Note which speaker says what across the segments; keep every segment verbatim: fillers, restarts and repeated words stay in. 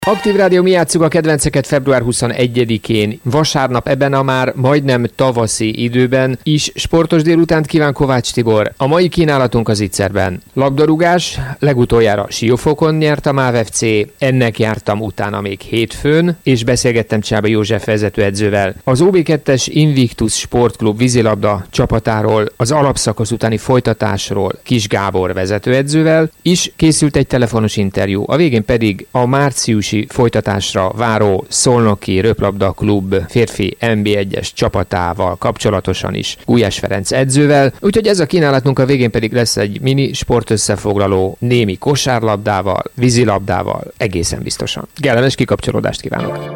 Speaker 1: Aktív Rádió, mi játsszuk a kedvenceket február huszonegyedikén, vasárnap ebben a már majdnem tavaszi időben is sportos délutánt kíván Kovács Tibor. A mai kínálatunk az ígyszerben. Labdarúgás, legutoljára Siófokon nyert a MÁV ef cé, ennek jártam utána még hétfőn, és beszélgettem Csába József vezetőedzővel. Az o bé kettes Invictus Sportklub vízilabda csapatáról, az alapszakasz utáni folytatásról Kis Gábor vezetőedzővel is készült egy telefonos interjú, a végén pedig a március folytatásra váró Szolnoki Röplabda Klub férfi en bé egyes csapatával kapcsolatosan is Gulyás Ferenc edzővel, úgyhogy ez a kínálatunk, a végén pedig lesz egy mini sportössefoglaló némi kosárlabdával, vízilabdával, egészen biztosan. Kellemes kikapcsolódást kívánok!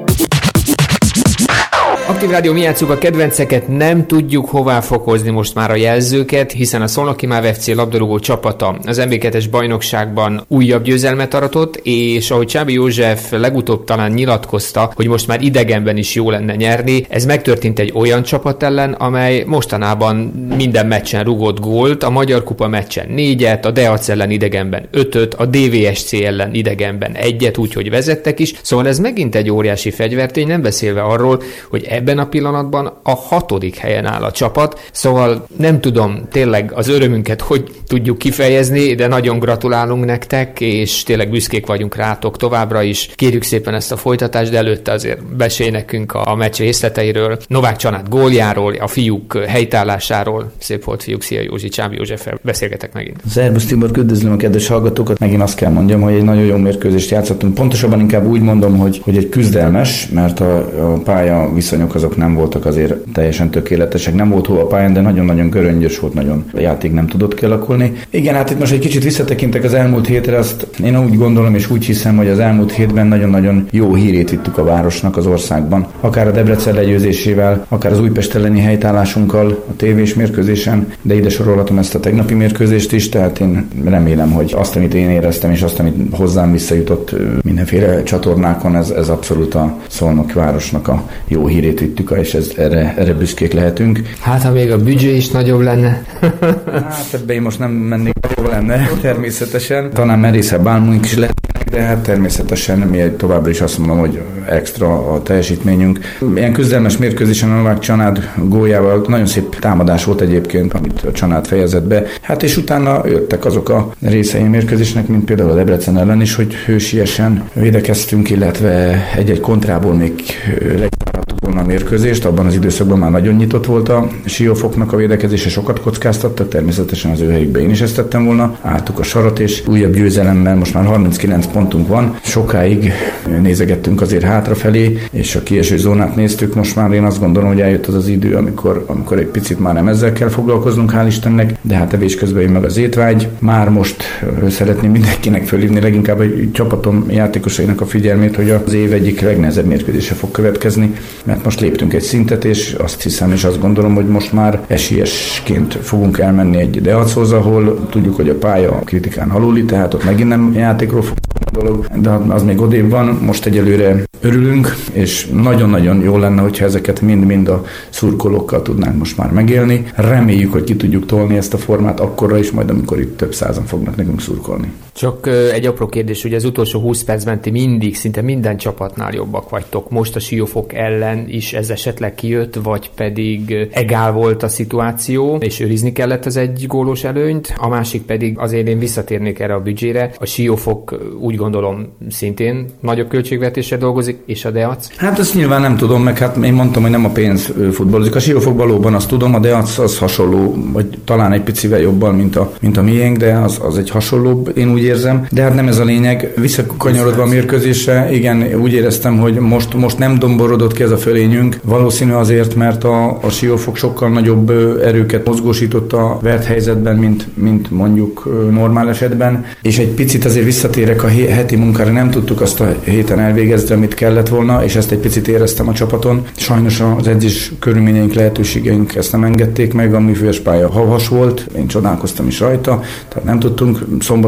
Speaker 1: Aktív Rádió, mi játsszuk a kedvenceket, nem tudjuk hová fokozni most már a jelzőket, hiszen a Szolnoki MÁV ef cé labdarúgó csapata az en bé kettes bajnokságban újabb győzelmet aratott, és ahogy Csábi József legutóbb talán nyilatkozta, hogy most már idegenben is jó lenne nyerni, ez megtörtént egy olyan csapat ellen, amely mostanában minden meccsen rugott gólt, a Magyar Kupa meccsen négyet, a Deac ellen idegenben ötöt, a dé vé es cé ellen idegenben egyet, úgyhogy vezettek is, szóval ez megint egy óriási fegyvertény, nem beszélve arról, hogy ebben a pillanatban a hatodik helyen áll a csapat, szóval nem tudom tényleg az örömünket hogy tudjuk kifejezni, de nagyon gratulálunk nektek, és tényleg büszkék vagyunk rátok továbbra is. Kérjük szépen ezt a folytatást, de előtte azért besélj nekünk a meccs részleteiről, Novák Csanád góljáról, a fiúk helytállásáról. Szép volt, fiúk, szia Józsi, Csábi Józseffel beszélgetek megint.
Speaker 2: Szerbusz Tibor, üdvözlöm a kedves hallgatókat. Megint azt kell mondjam, hogy egy nagyon jó mérkőzést játszottunk. Pontosabban inkább úgy mondom, hogy, hogy egy küzdelmes, mert a, a pálya viszonyok azok nem voltak azért teljesen tökéletesek. Nem volt hó a pályán, de nagyon-nagyon göröngyös volt, nagyon a játék nem tudott kialakulni. Igen, hát itt most egy kicsit visszatekintek az elmúlt hétre, azt én úgy gondolom és úgy hiszem, hogy az elmúlt hétben nagyon-nagyon jó hírét vittük a városnak az országban. Akár a Debrecen legyőzésével, akár az Újpest elleni helytállásunkkal a tévés mérkőzésen, de ide sorolhatom ezt a tegnapi mérkőzést is, tehát én remélem, hogy azt, amit én éreztem, és azt, amit hozzám visszajutott mindenféle csatornákon, ez, ez abszolút a Szolnoki városnak a jó hírét vittük, és ez, erre, erre büszkék lehetünk.
Speaker 1: Hát, ha még a büdzsé is nagyobb lenne.
Speaker 2: Hát ebbe én most nem mennék, nagyobb lenne, természetesen. Talán merészebb álmunk is lehetnek, de hát természetesen mi továbbra is azt mondom, hogy extra a teljesítményünk. Ilyen küzdelmes mérkőzésen a Novák Csanád góljával nagyon szép támadás volt egyébként, amit a Csanád fejezett be. Hát és utána jöttek azok a részei a mérkőzésnek, mint például a Debrecen ellen is, hogy hősiesen védekeztünk, illetve egy-egy kontrából még legvárhattuk volna a mérkőzést. Abban az időszakban már nagyon nyitott volt a Siófoknak a védekezése, sokat kockáztattak, természetesen az ő helyükbe én is ezt tettem volna. Álltuk a sarat, és újabb győzelemmel most már harminckilenc pontunk van. Sokáig nézegettünk azért hátrafelé, és a kieső zónát néztük. Most már én azt gondolom, hogy eljött az az idő, amikor, amikor egy picit már nem ezzel kell foglalkoznunk, hál' Istennek, de hát evés közben jön meg az étvágy. Már most szeretném mindenkinek fölhívni, leginkább a csapatom játékosainak a figyelmét, hogy az év egyik legnehezebb mérkőzése fog következni, mert most léptünk egy szintet, és azt hiszem, és azt gondolom, hogy most már esélyesként fogunk elmenni egy Deachoz, ahol tudjuk, hogy a pálya kritikán aluli, tehát ott megint nem játékról fog dolog, de az még odébb van. Most egyelőre örülünk, és nagyon-nagyon jó lenne, hogyha ezeket mind-mind a szurkolókkal tudnánk most már megélni. Reméljük, hogy ki tudjuk tolni ezt a formát akkorra is, majd amikor itt több százan fognak nekünk szurkolni.
Speaker 1: Csak egy apró kérdés, ugye az utolsó húsz percben ti mindig, szinte minden csapatnál jobbak vagytok. Most a Siófok ellen is ez esetleg kijött, vagy pedig egál volt a szituáció, és őrizni kellett az egy gólos előnyt, a másik pedig azért én visszatérnék erre a büdzsére. A Siófok úgy gondolom szintén nagyobb költségvetéssel dolgozik, és a Deac?
Speaker 2: Hát ezt nyilván nem tudom, meg hát én mondtam, hogy nem a pénz futballozik. A Siófok valóban azt tudom, a Deac az hasonló, vagy talán egy picivel jobban, mint a, mint a miénk, de az, az egy hasonlóbb, én úgy érzem. De hát nem ez a lényeg. Visszakanyarodva a mérkőzésre, igen, úgy éreztem, hogy most, most nem domborodott ki ez a fölényünk. Valószínű azért, mert a, a Siófok sokkal nagyobb erőket mozgósított a vert helyzetben, mint, mint mondjuk normál esetben. És egy picit azért visszatérek a heti munkára, nem tudtuk azt a héten elvégezni, amit kellett volna, és ezt egy picit éreztem a csapaton. Sajnos az edzés körülményeink, lehetőségeink ezt nem engedték meg, a műfős pálya havas volt, én csodálkoztam is rajta, tehát nem tudtunk, szombaton tudtunk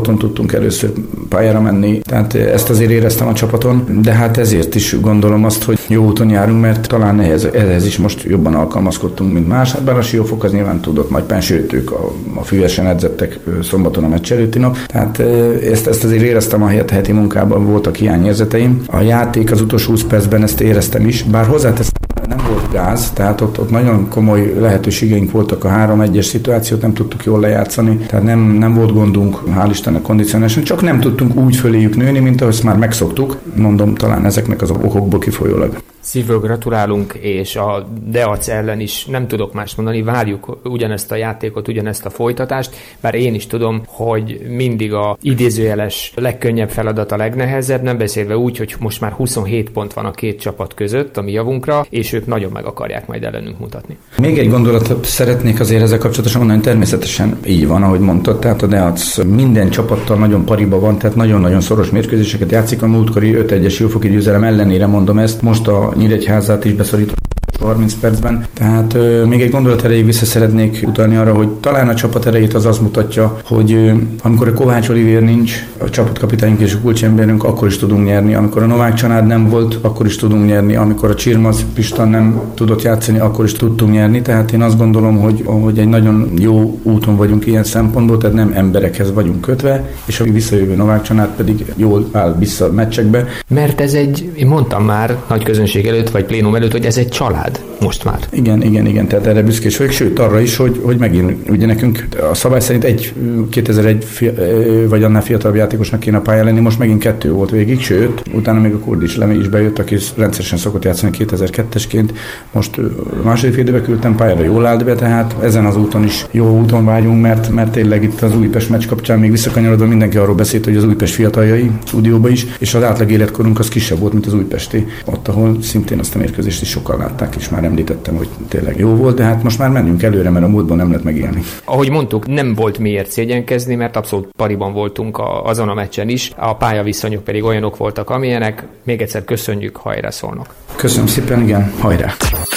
Speaker 2: tudtunk először pályára menni, tehát ezt azért éreztem a csapaton, de hát ezért is gondolom azt, hogy jó úton járunk, mert talán ehhez, ehhez is most jobban alkalmazkodtunk, mint más. Hát bár a Siófok az nyilván tudott majd pán, sőt, ők a, a Füvesen edzettek szombaton a meccs előtti nap, tehát ezt, ezt azért éreztem a heti munkában, voltak hiányérzeteim. A játék az utolsó húsz percben ezt éreztem is, bár hozzáteszem, nem volt gáz, tehát ott, ott nagyon komoly lehetőségeink voltak, a három egyes szituációt nem tudtuk jól lejátszani, tehát nem, nem volt gondunk, hál' Istennek kondicionálisan, csak nem tudtunk úgy föléjük nőni, mint ahogy már megszoktuk, mondom, talán ezeknek az okokból kifolyólag.
Speaker 1: Szívből gratulálunk, és a Deac ellen is nem tudok más mondani, várjuk ugyanezt a játékot, ugyanezt a folytatást, bár én is tudom, hogy mindig a idézőjeles legkönnyebb feladat a legnehezebb, nem beszélve úgy, hogy most már huszonhét pont van a két csapat között a mi javunkra, és ők nagyon meg akarják majd ellenünk mutatni.
Speaker 2: Még egy gondolatot szeretnék azért ezzel kapcsolatosan mondani, természetesen így van, ahogy mondtad, tehát a Deac minden csapattal nagyon pariba van, tehát nagyon-nagyon szoros mérkőzéseket játszik, a múltkori öt egyes Siófoki győzelem ellenére mondom ezt, most a Nyíregyházát is beszorított harminc percben. Tehát euh, még egy gondolat erejéig vissza szeretnék utalni arra, hogy talán a csapat erejét az azt mutatja, hogy euh, amikor a Kovács Olivér nincs, a csapatkapitányunk és a kulcsemberünk, akkor is tudunk nyerni. Amikor a Novák Csanád nem volt, akkor is tudunk nyerni. Amikor a Csirmaz Pista nem tudott játszani, akkor is tudtunk nyerni. Tehát én azt gondolom, hogy, hogy egy nagyon jó úton vagyunk ilyen szempontból, tehát nem emberekhez vagyunk kötve, és a visszajövő Novák Csanád pedig jól áll vissza a meccsekbe.
Speaker 1: Mert ez egy, én mondtam már nagy közönség előtt, vagy plénum előtt, hogy ez egy család. Most már.
Speaker 2: Igen, igen, igen, tehát erre büszkés vagyok, sőt arra is, hogy, hogy megint ugye nekünk a szabály szerint egy kétezer-egy fi, vagy annál fiatalabb játékosnak kéne a pályán lenni, most megint kettő volt végig, sőt, utána még a Kurdics Lemi is bejött, aki rendszeresen szokott játszani kétezer-kettesként, most második fél időbe küldtem pályára, jól állt be, tehát ezen az úton is jó úton vágyunk, mert, mert tényleg itt az Újpest meccs kapcsán még visszakanyarodva mindenki arról beszélt, hogy az Újpest fiataljai stúdióba is, és az átlag életkorunk az kisebb volt, mint az újpesti, ott, ahol szintén azt a mérkőzést is sokkal látták, és már említettem, hogy tényleg jó volt, de hát most már menjünk előre, mert a múltban nem lehet megélni.
Speaker 1: Ahogy mondtuk, nem volt miért szégyenkezni, mert abszolút pariban voltunk a, azon a meccsen is, a pályaviszonyok pedig olyanok voltak, amilyenek. Még egyszer köszönjük, hajrá Szolnok!
Speaker 2: Köszönöm szépen, igen, hajrá!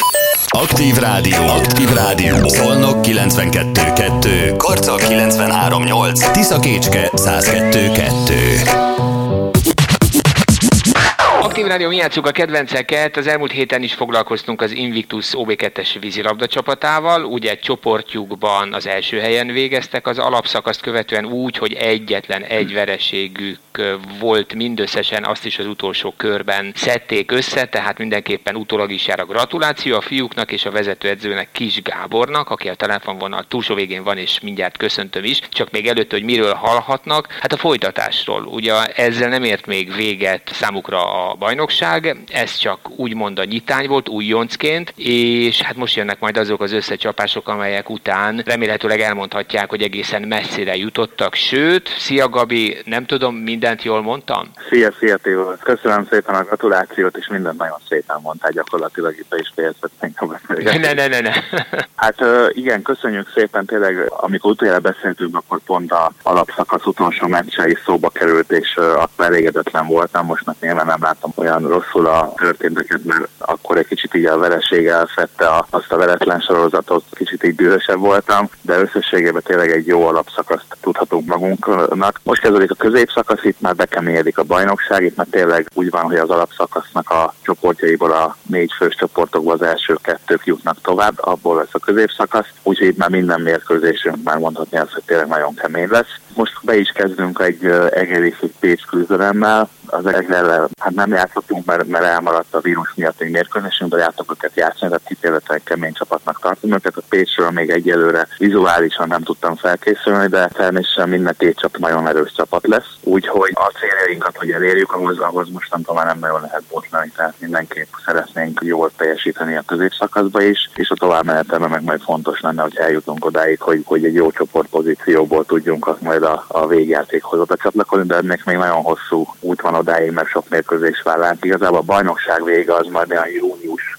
Speaker 3: Aktív Rádió, Aktív Rádió, Szolnok kilencvenkettő kettő, Karcal kilencvenhárom nyolc, Tiszakécske száz kettő kettő.
Speaker 1: Aktív Rádió, mi játsszuk a kedvenceket. Az elmúlt héten is foglalkoztunk az Invictus o bé kettes vízilabda csapatával. Ugye csoportjukban az első helyen végeztek az alapszakaszt követően úgy, hogy egyetlen egy vereségük volt mindösszesen, azt is az utolsó körben szedték össze, tehát mindenképpen utólag is jár a gratuláció a fiúknak és a vezetőedzőnek, Kis Gábornak, aki a telefonvonal túlsó végén van, és mindjárt köszöntöm is. Csak még előtt, hogy miről hallhatnak, hát a folytatásról. Ugye ezzel nem ért még véget számukra a bajnokság, ez csak úgymond a nyitány volt, újoncként, és hát most jönnek majd azok az összecsapások, amelyek után remélhetőleg elmondhatják, hogy egészen messzire jutottak, sőt, szia Gabi, nem tudom, mindent jól mondtam?
Speaker 4: Szia, szia Tibor, köszönöm szépen a gratulációt, és mindent nagyon szépen mondtál, gyakorlatilag itt is fejezhetnénk a beszélgetést.
Speaker 1: Ne, ne, ne, ne.
Speaker 4: Hát igen, köszönjük szépen, tényleg, amikor utoljára beszéltünk, akkor pont a alapszakasz utolsó meccsei szóba került, és akkor elégedetlen voltam, most meg nyilván nem látom olyan rosszul a történteket, mert akkor egy kicsit így a vereség elfette a, azt a veretlen sorozatot, kicsit így dühösebb voltam, de összességében tényleg egy jó alapszakaszt tudhatunk magunknak. Most kezdődik a középszakasz, itt már bekeményedik a bajnokság, itt már tényleg úgy van, hogy az alapszakasznak a csoportjaiból a négy fős csoportokból az első kettők jutnak tovább, abból lesz a középszakasz, úgyhogy itt már minden mérkőzésünk már mondhatni azt, hogy tényleg nagyon kemény lesz. Most be is kezdünk egy egész Pécs küzdelemmel, az Egerrel hát nem játszottunk, mert, mert elmaradt a vírus miatt egy mérkőzésünk, de jártok őket játszani, tehát kitélhetően kemény csapatnak tartom őket. A Pécsről még egyelőre vizuálisan nem tudtam felkészülni, de természetesen minden két csapat nagyon erős csapat lesz. Úgyhogy a céljainkat, hogy elérjük, ahhoz, ahhoz mostantól már nem nagyon lehet botlani, tehát mindenképp szeretnénk jól teljesíteni a középszakaszba is, és a továbbmenetelben meg majd fontos lenne, hogy eljutunk odáig, hogy, hogy egy jó csoportpozícióból tudjunk majd a, a végjátékhoz oda csatlakozni, de ennek még nagyon hosszú út van odáig, mert sok mérkőzés vár ránk. Igazából a bajnokság vége az majd olyan június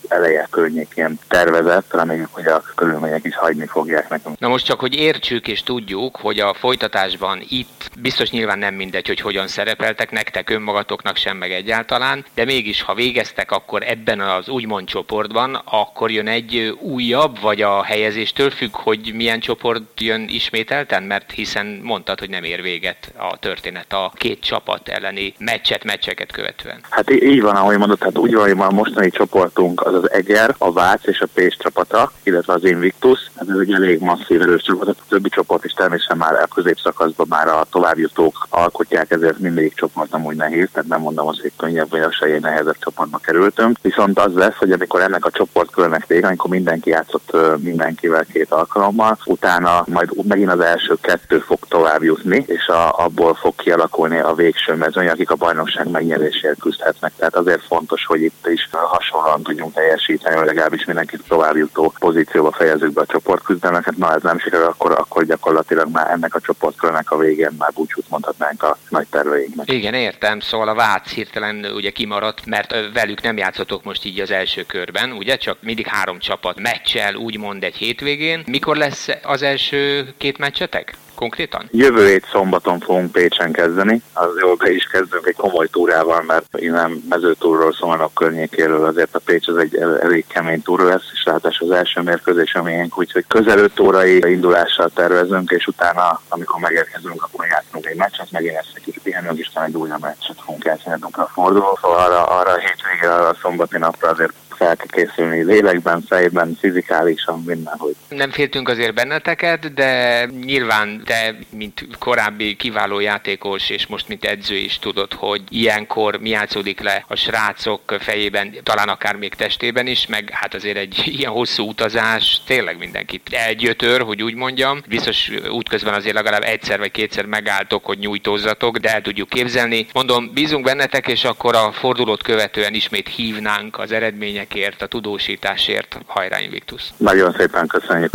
Speaker 4: eleje környékén tervezett, reméljük, hogy a körülmények is hagyni fogják nekünk.
Speaker 1: Na most csak, hogy értsük és tudjuk, hogy a folytatásban itt biztos nyilván nem mindegy, hogy hogyan szerepeltek nektek, önmagatoknak sem meg egyáltalán, de mégis, ha végeztek, akkor ebben az úgymond csoportban, akkor jön egy újabb, vagy a helyezéstől függ, hogy milyen csoport jön ismételten, mert hiszen mondtad, hogy nem ér véget a történet a két csapat elleni meccset, meccseket követően.
Speaker 4: Hát így van, ahogy mondod, hát úgy van, hogy a mostani csoportunk az az Eger, a Vác és a Pécs csapata, illetve az Invictus. Ez egy elég masszív erős csapat, a többi csoport is természetesen már a középszakaszban már a továbbjutók alkotják, ezért mindegyik csoport amúgy nehéz, tehát nem mondom az, hogy könnyebb vagy a se egy nehezebb csoportba kerültünk. Viszont az lesz, hogy amikor ennek a csoportkörnek vége, amikor mindenki játszott mindenkivel két alkalommal, utána majd megint az első kettő fog tovább jutni, és a, abból fog kialakulni a végső mezőny, akik a bajnokság megnyeréséért küzdhetnek. Tehát azért fontos, hogy itt is hasonlóan tudjunk teljesíteni, hogy legalábbis mindenkit tovább jutó pozícióba fejezzük be a csoportküzdelmeket. Na, ez nem sikerül, akkor, akkor gyakorlatilag már ennek a csoportkörnek a végén már búcsút mondhatnánk a nagy terveinknek.
Speaker 1: Igen, értem, szóval a Vác hirtelen ugye kimaradt, mert velük nem játszotok most így az első körben, ugye? Csak mindig három csapat meccsel, úgymond egy hétvégén. Mikor lesz az első két meccsetek? Konkrétan?
Speaker 4: Jövő hét szombaton fogunk Pécsen kezdeni, az jól be is kezdünk egy komoly túrával, mert innen mezőtúrról, Szolnok környékéről azért a Pécs az egy elég kemény túra lesz, és ráadásul az első mérkőzés a miénk, úgyhogy közel öt órai indulással tervezünk, és utána, amikor megérkezünk, akkor játszunk egy meccset, megint ezt egy kis pihenünk, és egy újabb meccset fogunk játszani a forduló, szóval arra, arra a hétvégére, arra a szombati napra azért fel kell készülni lélekben, fejben, fizikálisan, mindenhogy.
Speaker 1: Nem féltünk azért benneteket, de nyilván te, mint korábbi kiváló játékos, és most mint edző is tudod, hogy ilyenkor mi játszódik le a srácok fejében, talán akár még testében is, meg hát azért egy ilyen hosszú utazás tényleg mindenkit elgyötör, hogy úgy mondjam. Biztos útközben azért legalább egyszer vagy kétszer megálltok, hogy nyújtózzatok, de el tudjuk képzelni. Mondom, bízunk bennetek, és akkor a fordulót követően ismét hívnánk az eredményekért, a tudósításért. Hajrá, Invictus!
Speaker 4: Nagyon szépen köszönjük!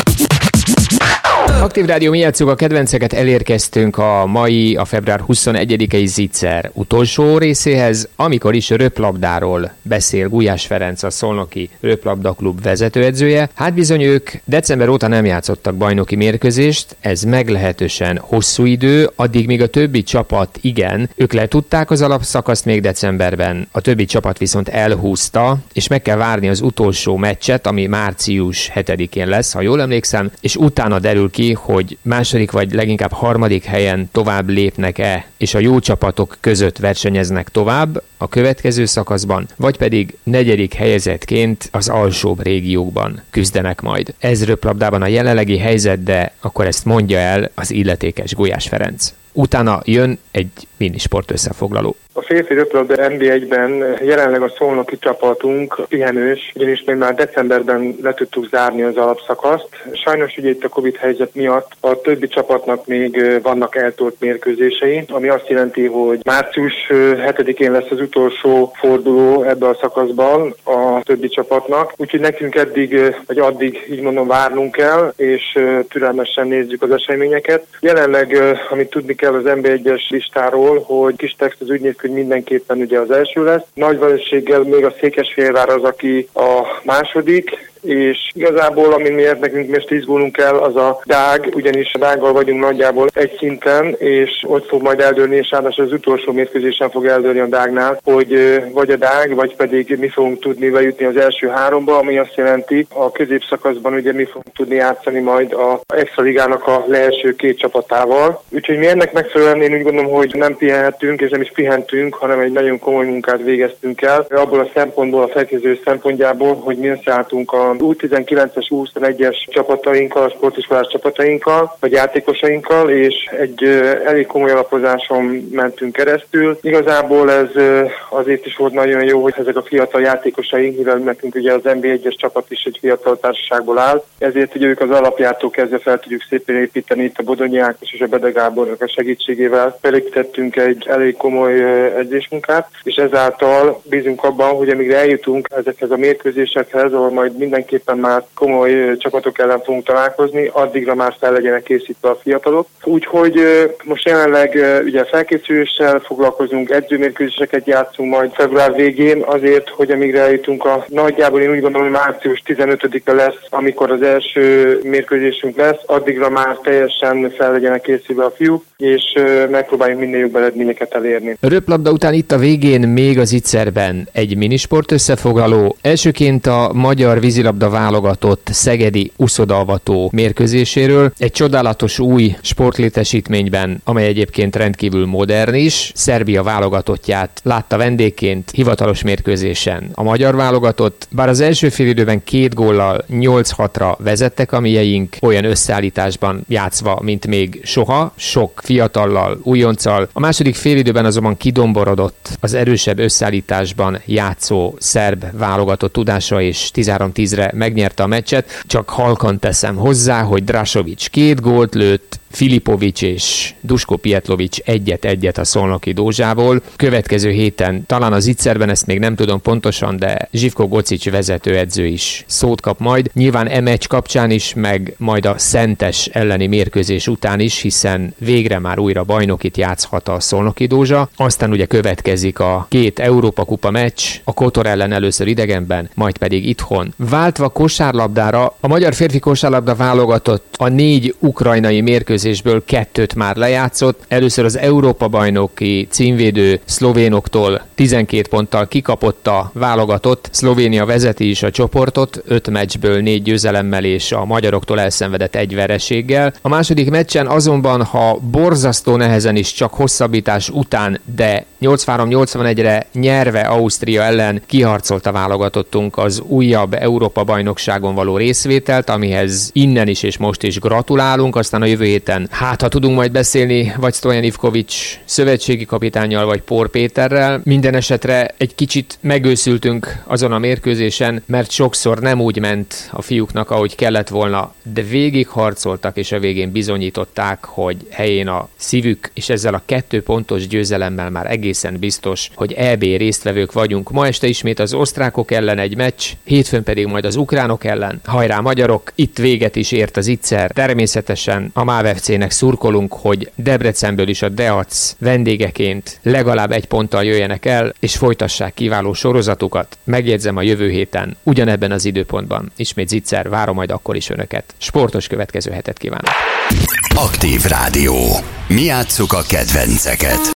Speaker 1: Aktív Rádió, mi játsszuk a kedvenceket, elérkeztünk a mai, a február huszonegyedikei Zicser utolsó részéhez, amikor is röplabdáról beszél Gulyás Ferenc, a Szolnoki Röplabdaklub vezetőedzője. Hát bizony ők december óta nem játszottak bajnoki mérkőzést, ez meglehetősen hosszú idő, addig még a többi csapat igen, ők letudták az alapszakaszt még decemberben, a többi csapat viszont elhúzta, és meg kell várni az utolsó meccset, ami március hetedikén lesz, ha jól emlékszem, és utána derül ki, hogy második vagy leginkább harmadik helyen tovább lépnek-e, és a jó csapatok között versenyeznek tovább a következő szakaszban, vagy pedig negyedik helyezettként az alsóbb régiókban küzdenek majd. Ez röplabdában a jelenlegi helyzet, de akkor ezt mondja el az illetékes Gulyás Ferenc. Utána jön egy minisport összefoglaló.
Speaker 5: A férfi röplabda en bé egyben jelenleg a szolnoki csapatunk pihenős, ugyanis még már decemberben le tudtuk zárni az alapszakaszt. Sajnos ugye itt a Covid helyzet miatt a többi csapatnak még vannak eltolt mérkőzései, ami azt jelenti, hogy március hetedikén lesz az utolsó forduló ebbe a szakaszban a többi csapatnak. Úgyhogy nekünk eddig, vagy addig így mondom várnunk kell, és türelmesen nézzük az eseményeket. Jelenleg, amit tudni kell az en bé egyes listáról, hogy Kistex az úgy néz ki, hogy mindenképpen ugye az első lesz. Nagy valószínűséggel még a Székesfehérvár az, aki a második, és igazából, ami miért nekünk most izgulnunk kell, az a Dág, ugyanis a Dággal vagyunk nagyjából egy szinten, és ott fog majd eldőlni, és ráadásul az utolsó mérkőzésen fog eldőlni a Dágnál, hogy vagy a Dág, vagy pedig mi fogunk tudni bejutni az első háromba, ami azt jelenti, a középszakaszban ugye mi fogunk tudni játszani majd a Extra Ligának a leelső két csapatával. Úgyhogy mi ennek megfelelően én úgy gondolom, hogy nem pihenhetünk, és nem is pihentünk, hanem egy nagyon komoly munkát végeztünk el. Abból a szempontból, a felkészülés szempontjából, hogy mi összeálltunk a U tizenkilences, U huszonegyes csapatainkkal, a sportiskolás csapatainkkal, vagy játékosainkkal, és egy elég komoly alapozáson mentünk keresztül. Igazából ez azért is volt nagyon jó, hogy ezek a fiatal játékosaink, mivel nekünk ugye az en bé egyes csapat is egy fiatal társaságból áll, ezért ugye ők az alapjától kezdve fel tudjuk szépen építeni itt a Bodonyi Ákos és a Bede Gábornak a segítségével. Felépítettünk egy elég komoly edzésmunkát, és ezáltal bízunk abban, hogy amíg eljutunk ezekhez a mérkőzésekhez, ahol majd mindenki mindenképpen már komoly csapatok ellen fogunk találkozni, addigra már fel legyenek készítve a fiatalok. Úgyhogy most jelenleg ugye felkészüléssel foglalkozunk, edzőmérkőzéseket játszunk majd február végén azért, hogy amíg eljutunk a nagyjából én úgy gondolom, hogy március tizenötödike lesz, amikor az első mérkőzésünk lesz, addigra már teljesen fel legyenek készülve a fiúk, és megpróbáljunk minél jobb eredményeket elérni.
Speaker 1: A röplabda után itt a végén még az ITSZER-ben egy minisport összefoglaló. Elsőként a magyar vízilabda válogatott szegedi uszodalvató mérkőzéséről, egy csodálatos új sportlétesítményben, amely egyébként rendkívül modern is. Szerbia válogatottját látta vendégként hivatalos mérkőzésen a magyar válogatott, bár az első félidőben két góllal nyolc hatra vezettek a mieink, olyan összeállításban játszva, mint még soha, sok fiatallal, újonccal. A második félidőben azonban kidomborodott az erősebb összeállításban játszó szerb válogatott tudása, és tizenhárom tízre megnyerte a meccset. Csak halkan teszem hozzá, hogy Drasovic két gólt lőtt, Filipovics és Duško Pijetlovics egyet-egyet a Szolnoki Dózsából. Következő héten, talán az ITSZER-ben, ezt még nem tudom pontosan, de Živko Gocic vezetőedző is szót kap majd. Nyilván e meccs kapcsán is, meg majd a Szentes elleni mérkőzés után is, hiszen végre már újra bajnokit játszhat a Szolnoki Dózsa. Aztán ugye következik a két Európa-kupa meccs, a Kotor ellen először idegenben, majd pedig itthon. Váltva kosárlabdára, a magyar férfi kosárlabda válogatott a négy ukrajnai mérkőzésből kettőt már lejátszott. Először az Európa-bajnoki címvédő szlovénoktól tizenkét ponttal kikapott a válogatott. Szlovénia vezeti is a csoportot, öt meccsből négy győzelemmel és a magyaroktól elszenvedett egy vereséggel. A második meccsen azonban, ha borzasztó nehezen is csak hosszabbítás után, de nyolcvanhárom nyolcvanegyre nyerve Ausztria ellen kiharcolt a válogatottunk az újabb Európa-bajnokságon való részvételt, amihez innen is és most is gratulálunk. Aztán a jövő héten, hát ha tudunk majd beszélni vagy Stojan Ivkovics szövetségi kapitánnyal, vagy Pór Péterrel. Minden esetre egy kicsit megőszültünk azon a mérkőzésen, mert sokszor nem úgy ment a fiúknak, ahogy kellett volna, de végig harcoltak, és a végén bizonyították, hogy helyén a szívük, és ezzel a kettő pontos győzelemmel már egészen biztos, hogy é bé résztvevők vagyunk. Ma este ismét az osztrákok ellen egy meccs, hétfőn pedig majd az ukránok ellen. Hajrá magyarok, itt véget is ért az ITSZER. Természetesen a MÁV ef cének szurkolunk, hogy Debrecenből is a Deac vendégeként legalább egy ponttal jöjjenek el, és folytassák kiváló sorozatukat. Megjegyzem, a jövő héten, ugyanebben az időpontban. Ismét ITSZER, várom majd akkor is önöket. Sportos következő hetet kívánok.
Speaker 3: Aktív Rádió. Mi játsszuk a kedvenceket.